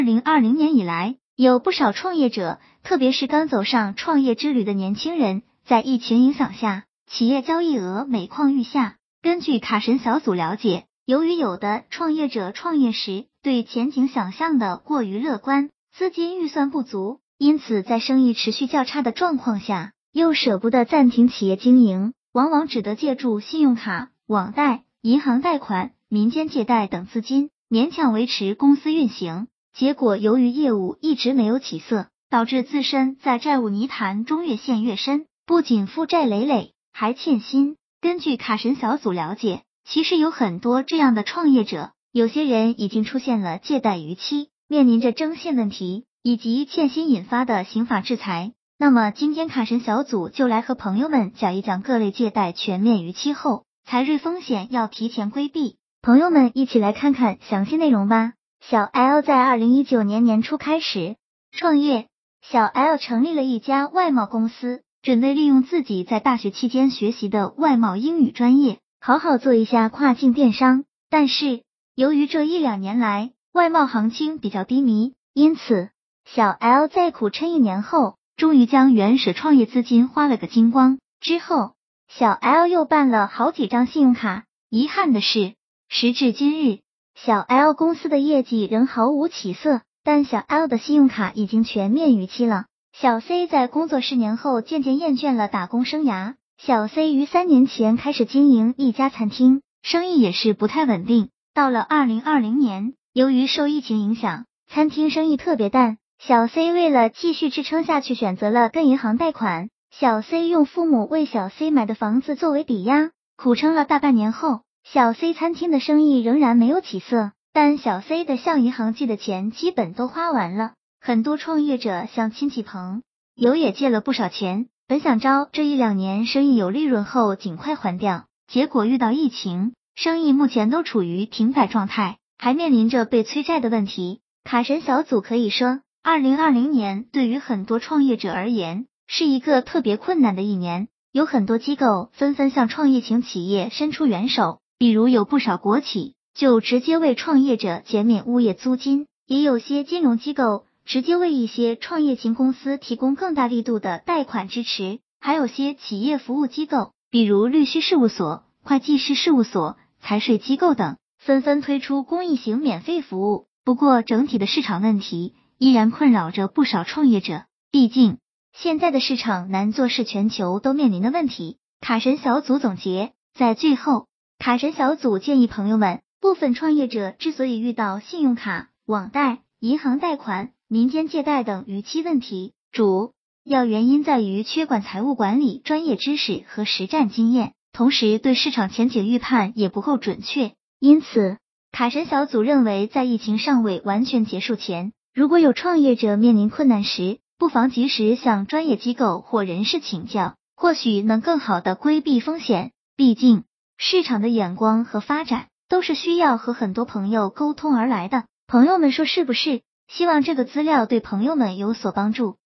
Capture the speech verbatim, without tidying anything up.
二零二零年以来，有不少创业者，特别是刚走上创业之旅的年轻人，在疫情影响下，企业交易额每况愈下。根据卡神小组了解，由于有的创业者创业时对前景想象的过于乐观，资金预算不足，因此在生意持续较差的状况下，又舍不得暂停企业经营，往往只得借助信用卡、网贷、银行贷款、民间借贷等资金，勉强维持公司运行。结果由于业务一直没有起色，导致自身在债务泥潭中越陷越深，不仅负债累累，还欠薪。根据卡神小组了解，其实有很多这样的创业者，有些人已经出现了借贷逾期，面临着征信问题以及欠薪引发的刑法制裁。那么今天卡神小组就来和朋友们讲一讲各类借贷全面逾期后，财税风险要提前规避。朋友们一起来看看详细内容吧。小 L 在二零一九年年初开始创业，小 L 成立了一家外贸公司，准备利用自己在大学期间学习的外贸英语专业，好好做一下跨境电商。但是由于这一两年来外贸行情比较低迷，因此小 L 在苦撑一年后，终于将原始创业资金花了个精光。之后小 L 又办了好几张信用卡，遗憾的是，时至今日小 L 公司的业绩仍毫无起色，但小 L 的信用卡已经全面逾期了。小 C 在工作十年后渐渐厌倦了打工生涯，小 C 于三年前开始经营一家餐厅，生意也是不太稳定。到了二零二零年，由于受疫情影响，餐厅生意特别淡，小 C 为了继续支撑下去，选择了跟银行贷款。小 C 用父母为小 C 买的房子作为抵押，苦撑了大半年后，小 C 餐厅的生意仍然没有起色，但小 C 的向银行借的钱基本都花完了。很多创业者向亲戚朋友也借了不少钱，本想着这一两年生意有利润后尽快还掉，结果遇到疫情，生意目前都处于停摆状态，还面临着被催债的问题。卡神小组可以说，二零二零年对于很多创业者而言是一个特别困难的一年，有很多机构纷纷向创业型企业伸出援手，比如有不少国企就直接为创业者减免物业租金，也有些金融机构直接为一些创业型公司提供更大力度的贷款支持，还有些企业服务机构，比如律师事务所、会计师事务所、财税机构等，纷纷推出公益型免费服务。不过整体的市场问题依然困扰着不少创业者，毕竟现在的市场难做是全球都面临的问题。卡神小组总结，在最后，卡神小组建议朋友们，部分创业者之所以遇到信用卡、网贷、银行贷款、民间借贷等逾期问题，主要原因在于缺管财务管理专业知识和实战经验，同时对市场前景预判也不够准确。因此，卡神小组认为，在疫情尚未完全结束前，如果有创业者面临困难时，不妨及时向专业机构或人士请教，或许能更好的规避风险。毕竟，市场的眼光和发展都是需要和很多朋友沟通而来的。朋友们说是不是？希望这个资料对朋友们有所帮助。